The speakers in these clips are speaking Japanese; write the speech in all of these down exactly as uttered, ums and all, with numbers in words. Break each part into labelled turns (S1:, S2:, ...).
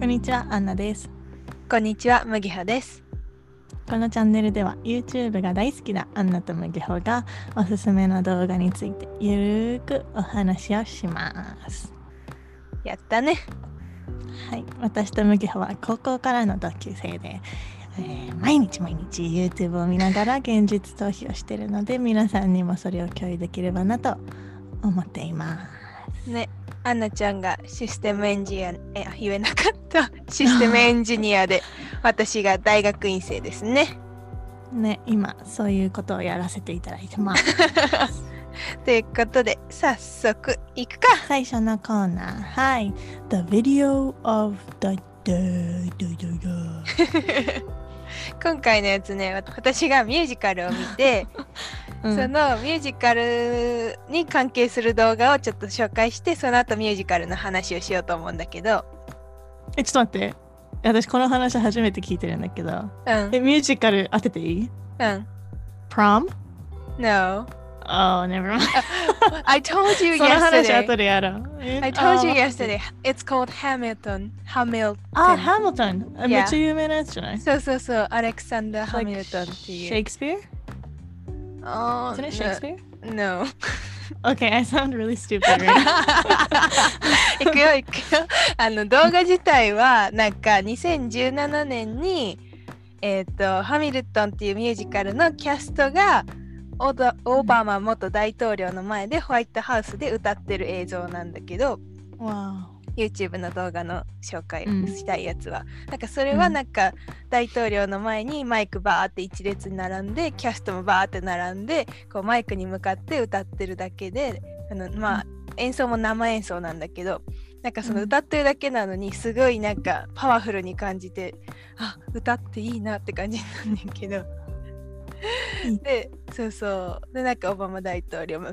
S1: んにちは、アンナです。
S2: こんにちは、麦穂です。
S1: このチャンネルでは YouTube が大好きなアンナと麦穂がおすすめの動画についてゆるーくお話をします。
S2: やったね。
S1: はい、私と麦穂は高校からの同級生で、えー毎日毎日 YouTube を見ながら現実逃避をしているので、皆さんにもそれを共有できればなと思っています。
S2: ね、アンナちゃんがシステムエンジニア、え、言えなかった。システムエンジニアで、私が大学院生ですね。
S1: ね、今そういうことをやらせていただいてます。
S2: ということで、早速いくか。
S1: 最初のコーナー、はい。The video of the day.
S2: 今回のやつね、私がミュージカルを見て、うん、そのミュージカルに関係する動画をちょっと紹介して、その後ミュージカルの話をしようと思うんだけど。
S1: え、ちょっと待って。私この話初めて聞いてるんだけど。うん、え、ミュージカル当てていい？
S2: うん。
S1: Prom?
S2: No.
S1: Oh, never mind.
S2: I told you yesterday.
S1: その話後でやろう。
S2: I told you yesterday. It's called Hamilton. Hamilton.
S1: あ、Hamilton. めっちゃ有名なやつじゃない？
S2: そうそうそう。アレクサンダー・ハミルトンっていう。
S1: Shakespeare?
S2: Oh,
S1: Isn't it Shakespeare?
S2: No.
S1: Okay, I sound really stupid right now.
S2: いくよいくよ。あの動画自体はなんかにせんじゅうななねんにえっとハミルトンっていうミュージカルのキャストがオドオバマ元大統領の前でホワイトハウスで歌ってる映像なんだけど、
S1: wow.
S2: YouTube の動画の紹介をしたいやつは、うん、なんかそれはなんか大統領の前にマイクバーって一列に並んでキャストもバーって並んでこうマイクに向かって歌ってるだけで、あのまあ演奏も生演奏なんだけど、なんかその歌ってるだけなのにすごいなんかパワフルに感じて、あ、歌っていいなって感じなんだけどで、そうそうでなんかオバマ大統領も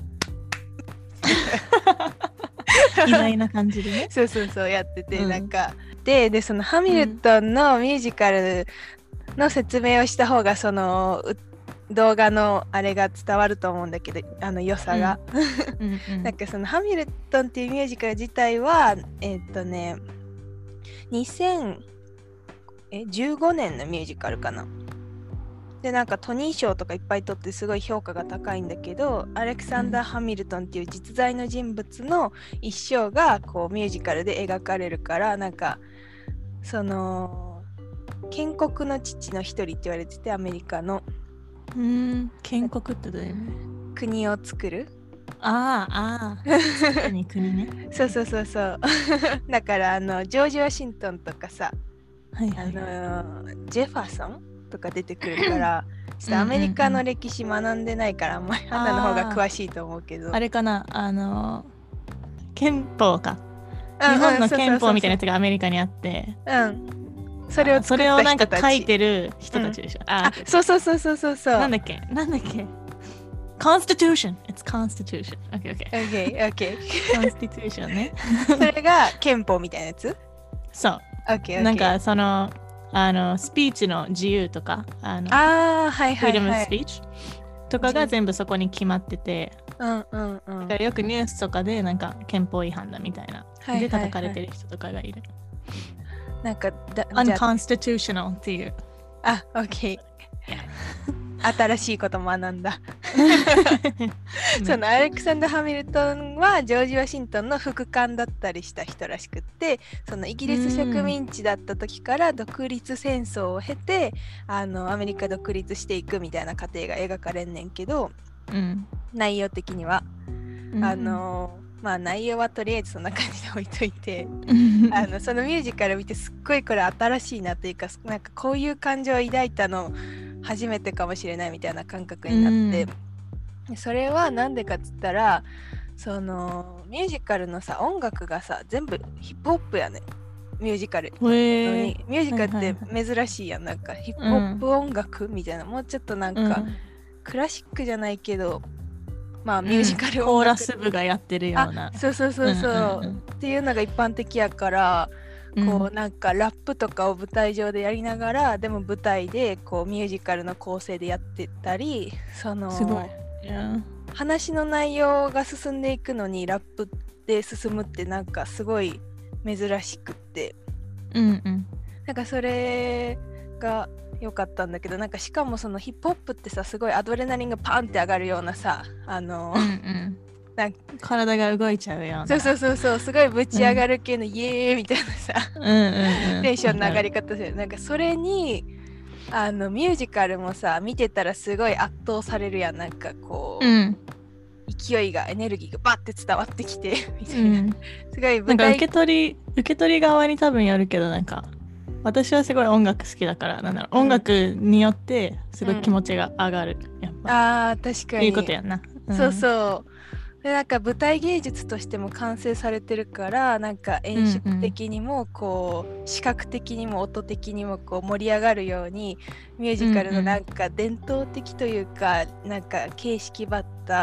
S1: 意外な感じでね
S2: そうそうそうやってて、うん、なんかででそのハミルトンのミュージカルの説明をした方がその動画のあれが伝わると思うんだけど、あの良さが、うんうんうん、なんかそのハミルトンっていうミュージカル自体はえー、っとねにせんじゅうごねんのミュージカルかな。でなんかトニー賞とかいっぱい取ってすごい評価が高いんだけど、アレクサンダー・ハミルトンっていう実在の人物の一生がこうミュージカルで描かれるから、なんかその建国の父の一人って言われてて、アメリカの
S1: うーん建国ってどういうの？
S2: 国を作る。
S1: ああああ国国ね
S2: そうそうそうそうだからあのジョージ・ワシントンとかさ、
S1: はいはい、
S2: あのジェファーソンとか出てくるからちょっとアメリカの歴史学んでないから、あんまりあんなの方が詳しいと思うけど、
S1: あ, あれかな、あの憲法か、日本の憲法みたいなやつがアメリカにあって、
S2: うんそれを
S1: それをなんか書いてる人たちでしょ、うん、あ
S2: あそうそうそうそうそうそう
S1: なんだっけなんだっけ Constitution It's Constitution OK OK
S2: OK OK
S1: Constitution ね
S2: それが憲法みたいなやつ。
S1: そう
S2: OK OK
S1: なんかそのあのスピーチの自由とか、あの
S2: あ、はいはいはい、
S1: Freedom of Speech とかが全部そこに決まってて、
S2: うんうんうん、
S1: だからよくニュースとかでなんか憲法違反だみたいな、はいはいはい、で叩かれてる人とかがいる。
S2: なんかだ
S1: Unconstitutional っていう。
S2: あ、OK 新しいこと学んだそのアレクサンダー・ハミルトンはジョージ・ワシントンの副官だったりした人らしくって、そのイギリス植民地だった時から独立戦争を経てあのアメリカ独立していくみたいな過程が描かれんねんけど、うん、内容的には、うん、あのまあ内容はとりあえずそんな感じで置いといてあのそのミュージカルを見てすっごいこれ新しいなというか、なんかこういう感情を抱いたの初めてかもしれないみたいな感覚になって、うん、それはなんでかっつったら、そのミュージカルのさ音楽がさ全部ヒップホップやね、ミュージカルのにミュージカルって珍しいやん、なんかヒップホップ音楽みたいな、うん、もうちょっとなんか、うん、クラシックじゃないけどまあミュージカル音楽、
S1: うん、コーラス部がやってるような、
S2: そうそうそうそう、うんうんうん、っていうのが一般的やから、こうなんかラップとかを舞台上でやりながら、でも舞台でこうミュージカルの構成でやってたり、その
S1: すごい、yeah.
S2: 話の内容が進んでいくのにラップで進むってなんかすごい珍しくって、
S1: うんうん
S2: なんかそれが良かったんだけど、なんかしかもそのヒップホップってさ、すごいアドレナリンがパンって上がるようなさ、あの、
S1: うんうん
S2: なんか
S1: 体が動いちゃうような。
S2: そうそうそうそう、すごいぶち上がる系のイエーイみたいなさ、
S1: うんうんうん
S2: テンションの上がり方する。なんかそれにあのミュージカルもさ、見てたらすごい圧倒されるやん。なんかこう、
S1: うん、
S2: 勢いがエネルギーがバッて伝わってきてみたいな、
S1: うん、
S2: すごい
S1: なんか
S2: 舞台
S1: 受け取り受け取り側に多分よるけど、なんか私はすごい音楽好きだから、なんだろう、
S2: うん
S1: 音楽によってすごい気持ちが上がる、やっぱ
S2: あー確か
S1: いい
S2: に
S1: ことやんな、うん、
S2: そうそうで、なんか舞台芸術としても完成されてるから、なんか演出的にもこう、視覚的にも音的にもこう盛り上がるように、ミュージカルのなんか伝統的というか、なんか形式ばった、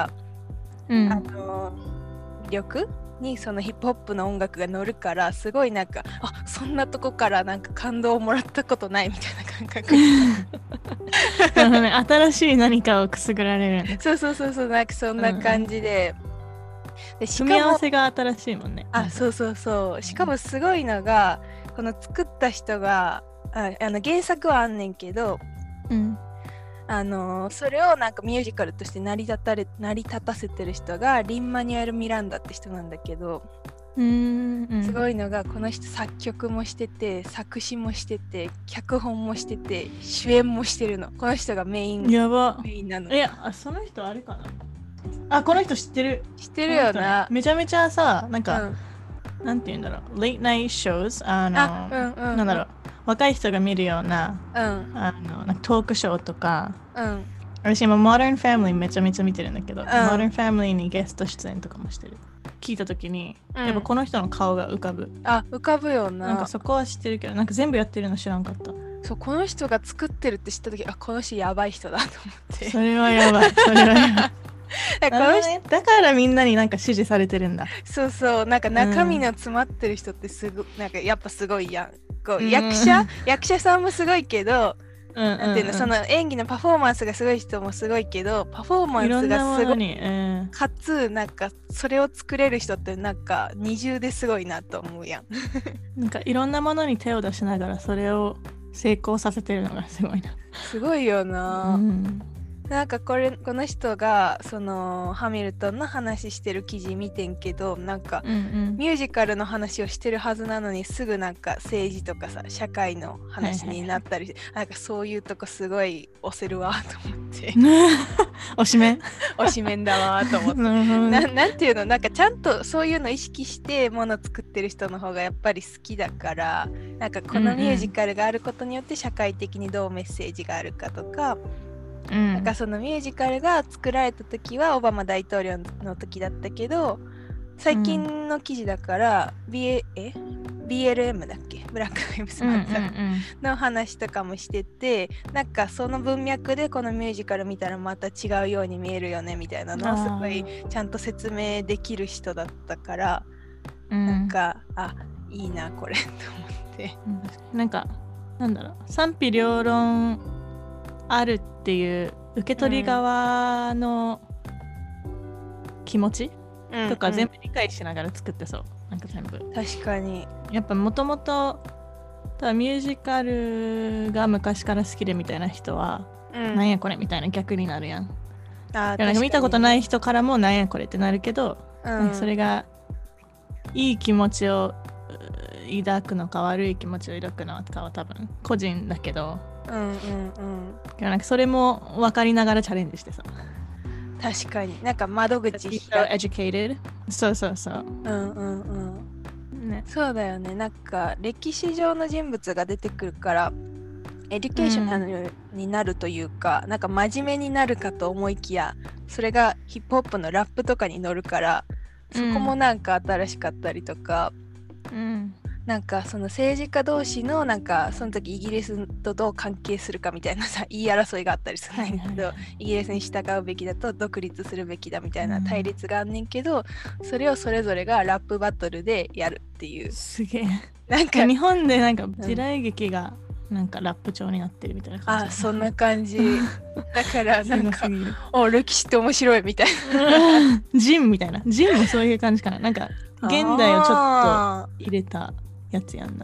S1: うん
S2: あの魅力にそのヒップホップの音楽が乗るから、すごいなんか、あ、そんなとこからなんか感動をもらったことないみたいな感覚
S1: なるほどね、新しい何かをくすぐられるんだ。
S2: そうそうそうそう、なんかそんな感じで、でしかも
S1: 組み合わせが新しいもんね。
S2: あ、そうそうそう。しかもすごいのが、この作った人が、ああの原作はあんねんけど、
S1: うん
S2: あのそれをなんかミュージカルとして成り立たれ成り立たせてる人がリン・マニュエル・ミランダって人なんだけど、
S1: うーんうん
S2: すごいのがこの人作曲もしてて、作詞もしてて、脚本もしてて、主演もしてるの。この人がメイン
S1: やば。
S2: メインなの。
S1: いや、あ、その人あれかな。あ、この人知ってる。
S2: 知ってるよな。
S1: ね、めちゃめちゃさ、なんか、
S2: うん、
S1: なんて言うんだろう、レイトナイトショーズ、あの、
S2: あ、うんうん、
S1: なんだろう、若い人が見るような、
S2: うん
S1: あのなんかトークショーとか、
S2: うん
S1: 私今、モダンファミリーめちゃめちゃ見てるんだけど、
S2: ん
S1: モダンファミリーにゲスト出演とかもしてる。聞いたときに、
S2: うん
S1: やっぱこの人の顔が浮かぶ。
S2: あ、浮かぶよな。
S1: なんかそこは知ってるけど、なんか全部やってるの知らんかった。
S2: そう、この人が作ってるって知った時、あ、この人やばい人だと思って
S1: それはやばい。それはやばい。
S2: だからこの人、
S1: ね、だからみんなになんか支持されてるんだ。
S2: そうそう、なんか中身の詰まってる人ってすご、なんかやっぱすごいやん。こう役者、役者さんもすごいけど、
S1: うんうんうん、
S2: なんていうの、その演技のパフォーマンスがすごい人もすごいけど、パフォーマンスがすごい、
S1: に、えー、
S2: かつなんかそれを作れる人ってなんか二重ですごいなと思うやん。
S1: なんかいろんなものに手を出しながらそれを成功させてるのがすごいな。
S2: すごいよな。
S1: うん
S2: なんかこれこの人がそのハミルトンの話してる記事見てんけど、なんか
S1: うんうん、
S2: ミュージカルの話をしてるはずなのにすぐなんか政治とかさ社会の話になったりして、はいはいはい、なんかそういうとこすごい押せるわと思って
S1: 推しメン
S2: 推しメンだわと思ってな, なんていうの、なんかちゃんとそういうの意識してもの作ってる人の方がやっぱり好きだから、なんかこのミュージカルがあることによって社会的にどうメッセージがあるかとか、うん、なんかそのミュージカルが作られた時はオバマ大統領の時だったけど、最近の記事だから、うん、ビーエルエム だっけ、ブラック・ライブズ・マターの話とかもしてて、なんかその文脈でこのミュージカル見たらまた違うように見えるよねみたいなのをすごいちゃんと説明できる人だったから、うん、なんかあいいなこれと思って、
S1: うん、なんかなんだろう、賛否両論あるっていう受け取り側の気持ち、うん、とか全部理解しながら作ってそう、なんか全部
S2: 確かに
S1: やっぱもともとミュージカルが昔から好きでみたいな人は、うん、なんやこれみたいな逆になるやん。あ、なんか見たことない人からもなんやこれってなるけど、うん、それがいい気持ちを抱くのか悪い気持ちを抱くのかは多分個人だけど、うんうんうん、なんかそれも分かりながらチャレンジしてさ、
S2: 確かになんか窓口
S1: 開 educated そうそうそう、
S2: うんうんうんね、そうだよね。なんか歴史上の人物が出てくるからエデュケーショナルになるというか、うん、なんか真面目になるかと思いきや、それがヒップホップのラップとかに乗るから、そこもなんか新しかったりとか、うん、なんかその政治家同士のなんかその時イギリスとどう関係するかみたいなさ言い争いがあったりするんだけど、はいはいはい、イギリスに従うべきだと独立するべきだみたいな対立があんねんけど、うん、それをそれぞれがラップバトルでやるっていう。
S1: すげえ。なんか日本でなんか時代劇がなんかラップ調になってるみたいな感じ、
S2: うん、あ、そんな感じだからなんかお歴史って面白いみたいな
S1: ジンみたいな、ジンもそういう感じかな。なんか現代をちょっと入れたやつやんな。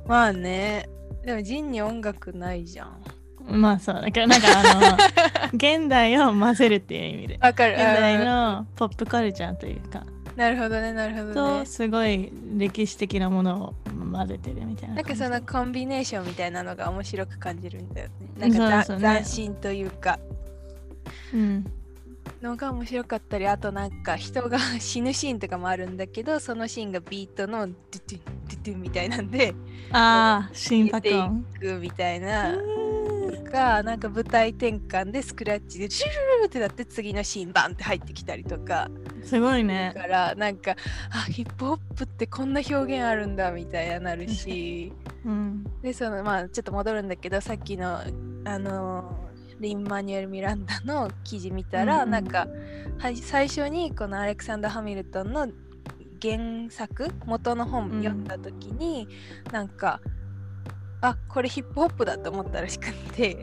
S2: まあね。でもジンに音楽ないじゃん。
S1: まあそうだからなんかあの現代を混ぜるっていう意味で
S2: わかる。
S1: 現代のポップカルチャーというか
S2: なるほどねなるほど
S1: と
S2: ね。
S1: すごい歴史的なものを混ぜてるみたいな
S2: なんか
S1: 感じ。
S2: そのコンビネーションみたいなのが面白く感じるんだよね。なんか
S1: そうそうね
S2: 斬新というか。
S1: うん
S2: のが面白かったり、あとなんか人が死ぬシーンとかもあるんだけど、そのシーンがビートのドゥドゥドゥドゥみたいなんで
S1: ああ心拍
S2: 消
S1: 音
S2: えていくみたいな
S1: う
S2: とか、なんか舞台転換でスクラッチでシュルルルってなって次のシーンバンって入ってきたりとか、
S1: すごいね
S2: だからなんかあヒップホップってこんな表現あるんだみたいななるし、
S1: うん
S2: でそのまあちょっと戻るんだけど、さっきのあのリン・マニュエル・ミランダの記事見たら、
S1: うんうん、
S2: なんかは最初にこのアレクサンダー・ハミルトンの原作元の本読んだ時に、うん、なんかあこれヒップホップだと思ったらしくって、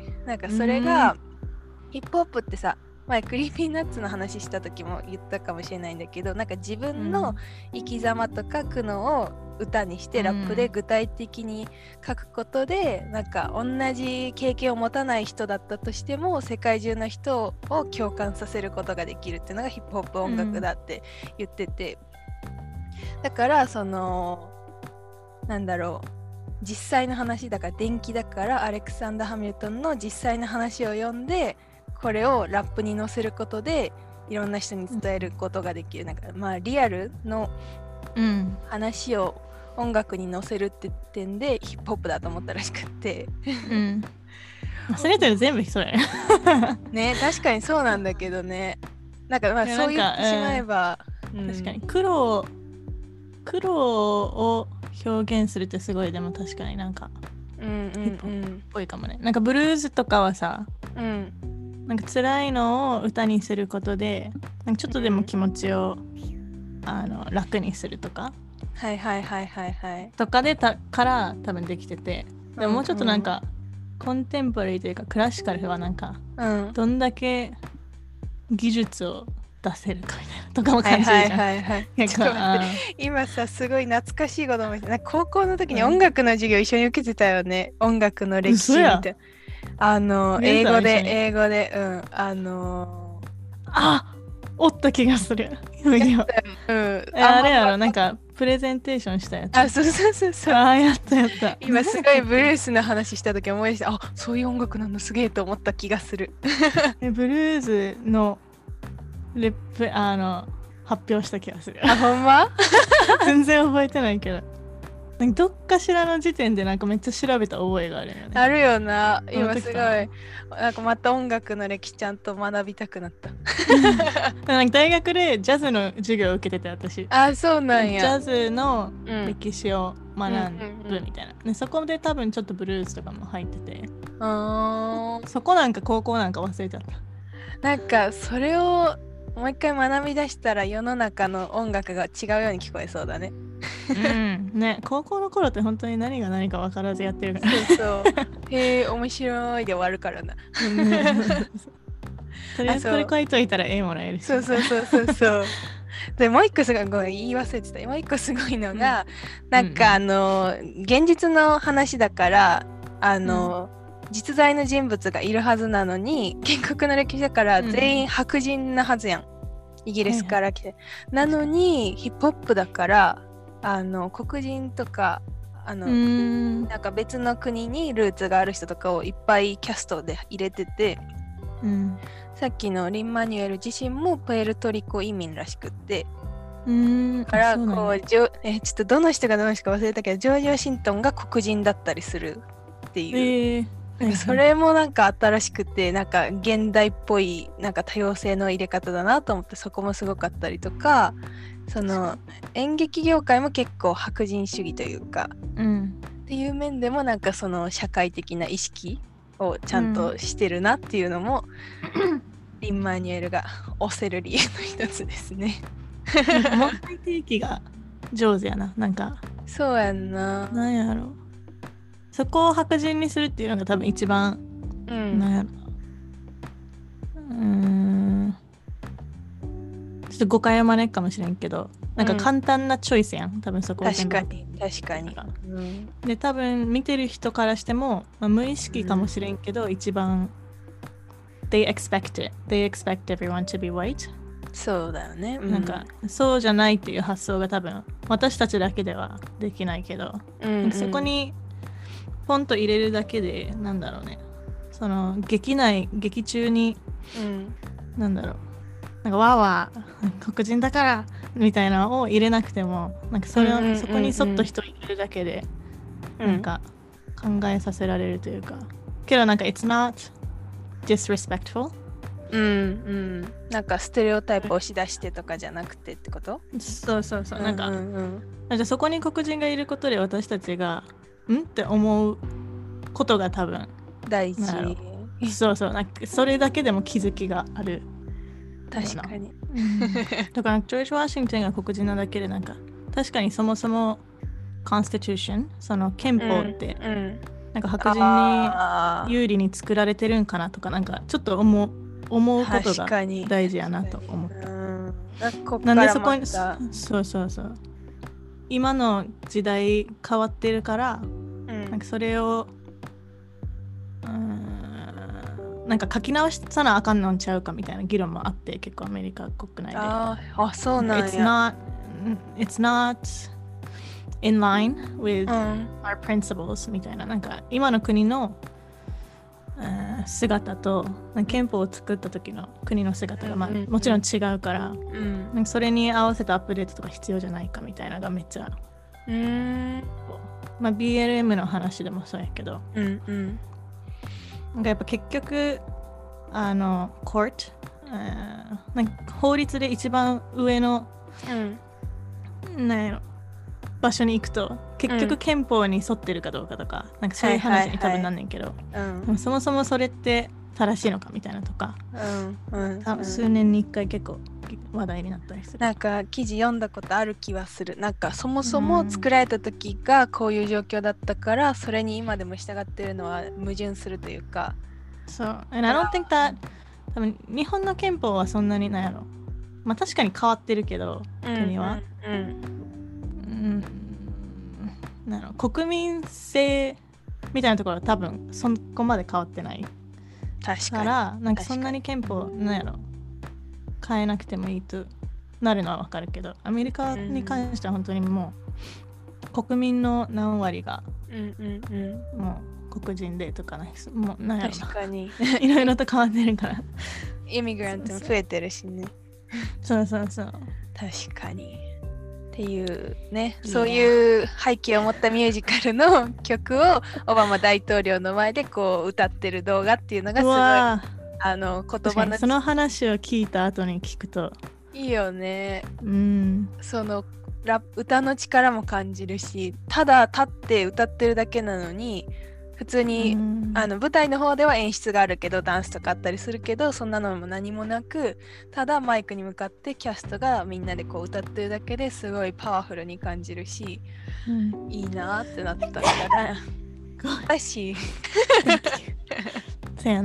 S2: なんかそれが、うん、ヒップホップってさ前クリーピーナッツの話した時も言ったかもしれないんだけど、なんか自分の生き様とか苦悩を歌にしてラップで具体的に書くことで、うん、なんか同じ経験を持たない人だったとしても世界中の人を共感させることができるっていうのがヒップホップ音楽だって言ってて、うん、だからそのなんだろう実際の話だから伝記だからアレクサンダー・ハミルトンの実際の話を読んでこれをラップに載せることでいろんな人に伝えることができる、なんかまあリアルの話を音楽に載せるって点でヒップホップだと思ったらしくって、
S1: うん、それと全部それ
S2: ね、確かにそうなんだけどね、なんかまあそう言ってしまえば、
S1: うん、確かに苦労苦労を表現するってすごいでも確かになんか
S2: うんうんうん
S1: ヒップホップっぽいかもね。なんかブルーズとかはさ、
S2: うん、
S1: なんか辛いのを歌にすることでなんかちょっとでも気持ちを、うん、あの楽にするとか
S2: はいはいはいはいはい
S1: とかでたから多分できてて、でももうちょっとなんか、うん、コンテンポラリーというかクラシカルはなんか、うん、どんだけ技術を出せるかみたいなとかも感じるじゃん。はいはいはいはい、
S2: ちょっと待って今さすごい懐かしいこともなんか高校の時に音楽の授業一緒に受けてたよね、うん、音楽の歴史みたいな、あの英語で英語でうんあの
S1: ー、あおった気がするうん、あれやろなんかプレゼンテーションしたやつ。
S2: あそうそうそうそう
S1: あやったやった
S2: 今すごいブルースの話した時思い出してあそういう音楽なのすげえと思った気がする
S1: えブルーズのレップあの発表した気がする。
S2: あほんま
S1: 全然覚えてないけどなんかどっかしらの時点でなんかめっちゃ調べた覚えがあるよね。
S2: あるよな今すごいなんかまた音楽の歴史ちゃんと学びたくなった
S1: なんか大学でジャズの授業を受けてて私。
S2: あそうなんや。
S1: ジャズの歴史を学ぶみたいな、でそこで多分ちょっとブルースとかも入ってて、
S2: あ
S1: そこなんか高校なんか忘れちゃった。
S2: なんかそれをもう一回学び出したら世の中の音楽が違うように聞こえそうだね。
S1: うんね、高校の頃って本当に何が何か分からずやってるから
S2: そうそうへえ面白いで終わるからな
S1: とりあえずこれ書いといたら絵もらえるし。
S2: そうそうそうそうそうでもう一個すごいごめん言い忘れてた。もう一個すごいのが、うん、なんかあの、うん、現実の話だからあの、うん、実在の人物がいるはずなのに建国の歴史だから全員白人なはずやん、うん、イギリスから来て、はいはい、なのにヒップホップだからあの黒人とかあのなんか別の国にルーツがある人とかをいっぱいキャストで入れてて、うん、さっきのリン・マニュエル自身もプエルトリコ移民らしくって、
S1: うん
S2: だからこうジョえちょっとどの人がどの人か忘れたけどジョージ・ワシントンが黒人だったりするっていう、えーなんかそれもなんか新しくてなんか現代っぽいなんか多様性の入れ方だなと思って、そこもすごかったりとか、その演劇業界も結構白人主義というか、うん、っていう面でもなんかその社会的な意識をちゃんとしてるなっていうのも、うん、リン・マニュエルが推せる理由の一つですね。
S1: 問題提起が上手やな。なんか
S2: そうやんな。
S1: なんやろそこを白人にするっていうのが多分一番、うん、なんやろうーんちょっと誤解を招くかもしれんけど、 なんか簡単なチョイスやん、多分そこを全部
S2: 確かに確かに、うん、
S1: で多分見てる人からしても、まあ、無意識かもしれんけど、うん、一番 they expect it they expect everyone to be white
S2: そうだよね、うん、
S1: なんかそうじゃないっていう発想が多分私たちだけではできないけど、うんうん、そこにポンと入れるだけでなんだろうね、その劇内劇中に、うん、なんだろう、なんかわーわー黒人だからみたいなのを入れなくても、なんかそれを、うんうんうんうん、そこにそっと人入れるだけで、うん、なんか考えさせられるというか、けどなんか it's not disrespectful、
S2: うんうん、なんかステレオタイプを押し出してとかじゃなくてってこと？
S1: そうそうそう、なんか、うんうん、なんかそこに黒人がいることで私たちがんって思うことが多分
S2: 大事。
S1: そうそう、なんかそれだけでも気づきがある。
S2: 確かに、
S1: うん、だからジョージ・ワシントンが黒人なだけでなんか確かにそもそもコンスティテューション、その憲法って、うんうん、なんか白人に有利に作られてるんかなとか、なんかちょっと思う思うことが大事やなと思った。うん、なんでそこにそうそうそう今の時代変わってるから、うん、なんかそれをなんか書き直さなあかんのんちゃうかみたいな議論もあって、結構アメリカ国内で。
S2: ああ、そうなんや。
S1: It's not, it's not in line with、うん、our principles みたいな、なんか今の国の、uh, 姿と憲法を作った時の国の姿が、まあうんうんうん、もちろん違うから、うん、なんかそれに合わせたアップデートとか必要じゃないかみたいなのがめっちゃ、うーん、まあ、ビーエルエム の話でもそうやけど、うんうん、なんかやっぱ結局あのコート、なんか法律で一番上の、うん、なんやろ場所に行くと結局憲法に沿ってるかどうかとか、うん、なんかそういう話に多分なんねんけど、はいはいはい、そもそもそれって正しいのかみたいなとか、うんうんうん、数年に一回結構話題になったりする。
S2: なんか記事読んだことある気はする。なんかそもそも作られた時がこういう状況だったから、うん、それに今でも従ってるのは矛盾するというか。
S1: そう。And I don't think that 多分日本の憲法はそんなになんやろ。まあ確かに変わってるけど、国は。うんうんうんうん、なんやろ国民性みたいなところは多分そこまで変わってない。
S2: 確かに。
S1: からなんかそんなに憲法なんやろ変えなくてもいいとなるのはわかるけど、アメリカに関しては本当にもう国民の何割がもう黒人でとかね、もうなんやろ
S2: 確かに
S1: いろいろと変わってるから
S2: イミグラントも増えてるしね。
S1: そうそうそう、
S2: 確かにっていうね、そういう背景を持ったミュージカルの曲をオバマ大統領の前でこう歌ってる動画っていうのがすごいあの言葉の
S1: その話を聞いた後に聞くと
S2: いいよね。
S1: うん、
S2: そのラ歌の力も感じるし、ただ立って歌ってるだけなのに普通に、うん、あの舞台の方では演出があるけどダンスとかあったりするけど、そんなのも何もなく、ただマイクに向かってキャストがみんなでこう歌ってるだけですごいパワフルに感じるし、うん、いいなってなったからだし
S1: そや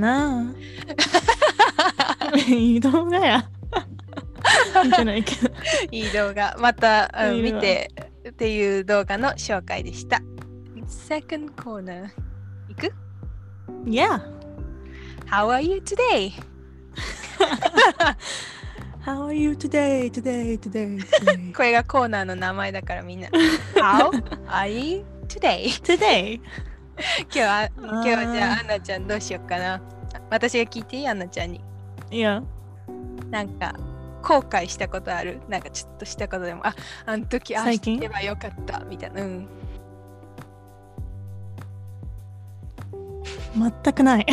S1: ないい動画や見てないけど
S2: いい動画また見てっていう動画の紹介でした。 Second corner行く？
S1: Yeah.
S2: How are you today?
S1: How are you today? Today, today, today.
S2: これがコーナーの名前だからみんな How are you today?
S1: Today.
S2: 今日は今日はじゃあアンナちゃんどうしようかな。私が聞いていい？アンナちゃんに。
S1: いや。
S2: なんか後悔したことある？なんかちょっとしたことでも、あ、あの時ああしてればよかったみたいな。うん。
S1: 全くない。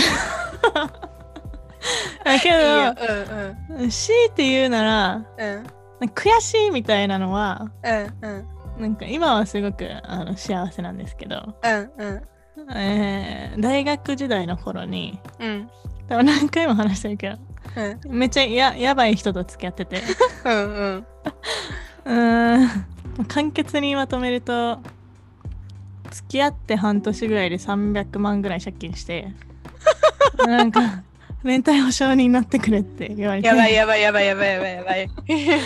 S1: だけど、いいうんうん、強いて言うなら、うん、悔しいみたいなのは、うんうん、なんか今はすごくあの幸せなんですけど、うんうんえー、大学時代の頃に、うん、多分何回も話してるけど、うん、めっちゃ や, やばい人と付き合っててうん、うん、うーん簡潔にまとめると付き合って半年ぐらいでさんびゃくまんぐらい借金してなんか連帯保証人になってくれって言われて、
S2: やばいやばいやばいやばいやばいやばい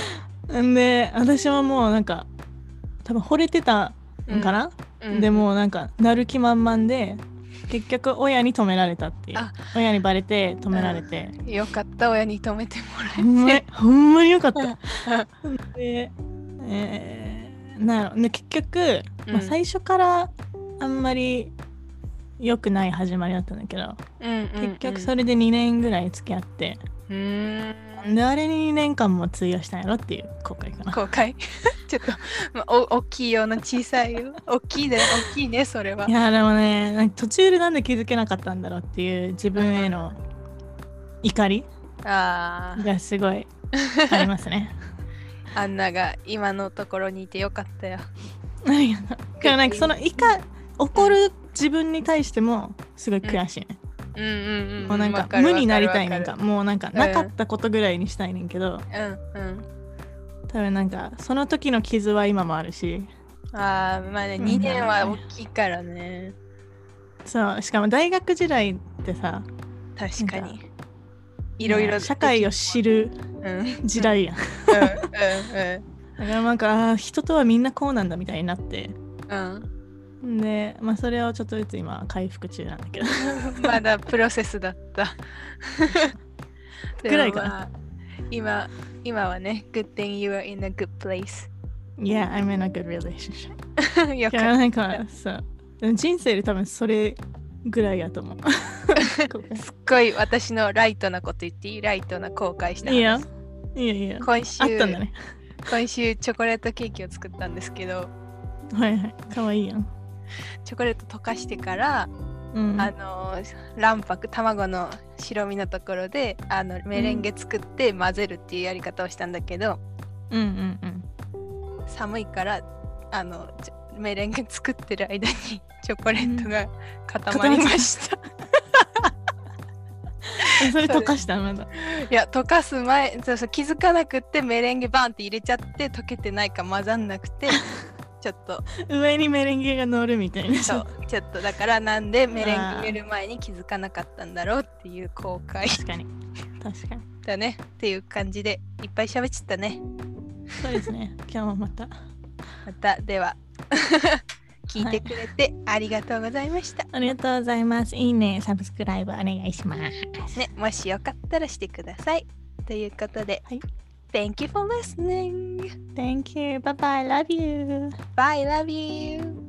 S1: んで私はもうなんか多分惚れてたんかな、
S2: うん、
S1: でもなんかなる気満々で結局親に止められたっていう。親にバレて止められて、
S2: うん、よかった親に止めてもらえて。
S1: ほんまにほんまによかったで、えー、なんやろで結局、まあ、最初からあんまり良くない始まりだったんだけど、
S2: うんうんうん、
S1: 結局それでにねんぐらい付き合って、
S2: うーん
S1: なんであれににねんかんも費やしたんやろっていう後悔かな。
S2: 後悔ちょっと、まあ、お大きいような小さいよ大きいで大きいねそれは。
S1: いやでもねなんか途中でなんで気づけなかったんだろうっていう自分への怒りがすごいありますね。
S2: アンナが今のところにいてよかったよ。
S1: ありがとう。でもなんかその怒怒る自分に対してもすごい悔しいね。
S2: うんうんうんうん、
S1: もうなんか無になりたいねんか、もうなんかなかったことぐらいにしたいねんけど、
S2: うんうん
S1: 多分なんかその時の傷は今もあるし、
S2: ああまあねにねんは大きいからね。
S1: そうしかも大学時代ってさ
S2: 確かにいろいろ
S1: 社会を知る時代やん。
S2: うんうんうん
S1: だからなんか人とはみんなこうなんだみたいになって、うん、でまあそれをちょっとずつ今回復中なんだけど
S2: まだプロセスだった
S1: ぐらいかな。
S2: 今今はね good thing you are in a good place.
S1: Yeah, I'm in a good relationship.
S2: よかった。
S1: なんかさ人生で多分それぐらいやと思う
S2: すっごい私のライトなこと言っていい？ライトな後悔した話。
S1: いやいやいや
S2: 今週
S1: あったんだね。
S2: 今週チョコレートケーキを作ったんですけど、
S1: はいはいかわいいやん。
S2: チョコレート溶かしてから、
S1: うん、
S2: あの卵白卵の白身のところであのメレンゲ作って混ぜるっていうやり方をしたんだけど、
S1: うんうんうん、
S2: 寒いからあのメレンゲ作ってる間にチョコレートが固まりました、
S1: うん、それ溶かしたまだ
S2: いや溶かす前そうそう気づかなくってメレンゲバンって入れちゃって溶けてないか混ざんなくてちょっと
S1: 上にメレンゲが乗るみたいな。
S2: そうちょっとだからなんでメレンゲ入れる前に気づかなかったんだろうっていう後悔。
S1: 確かに確かに
S2: だねっていう感じでいっぱい喋っちゃったね。
S1: そうですね今日もまた
S2: またでは聞いてくれてありがとうございました、
S1: はい、ありがとうございます。いいねサブスクライブお願いします
S2: ね。もしよかったらしてくださいということで、
S1: はい、
S2: Thank you for listening.
S1: Thank you. Bye bye. Love you.
S2: Bye. Love you.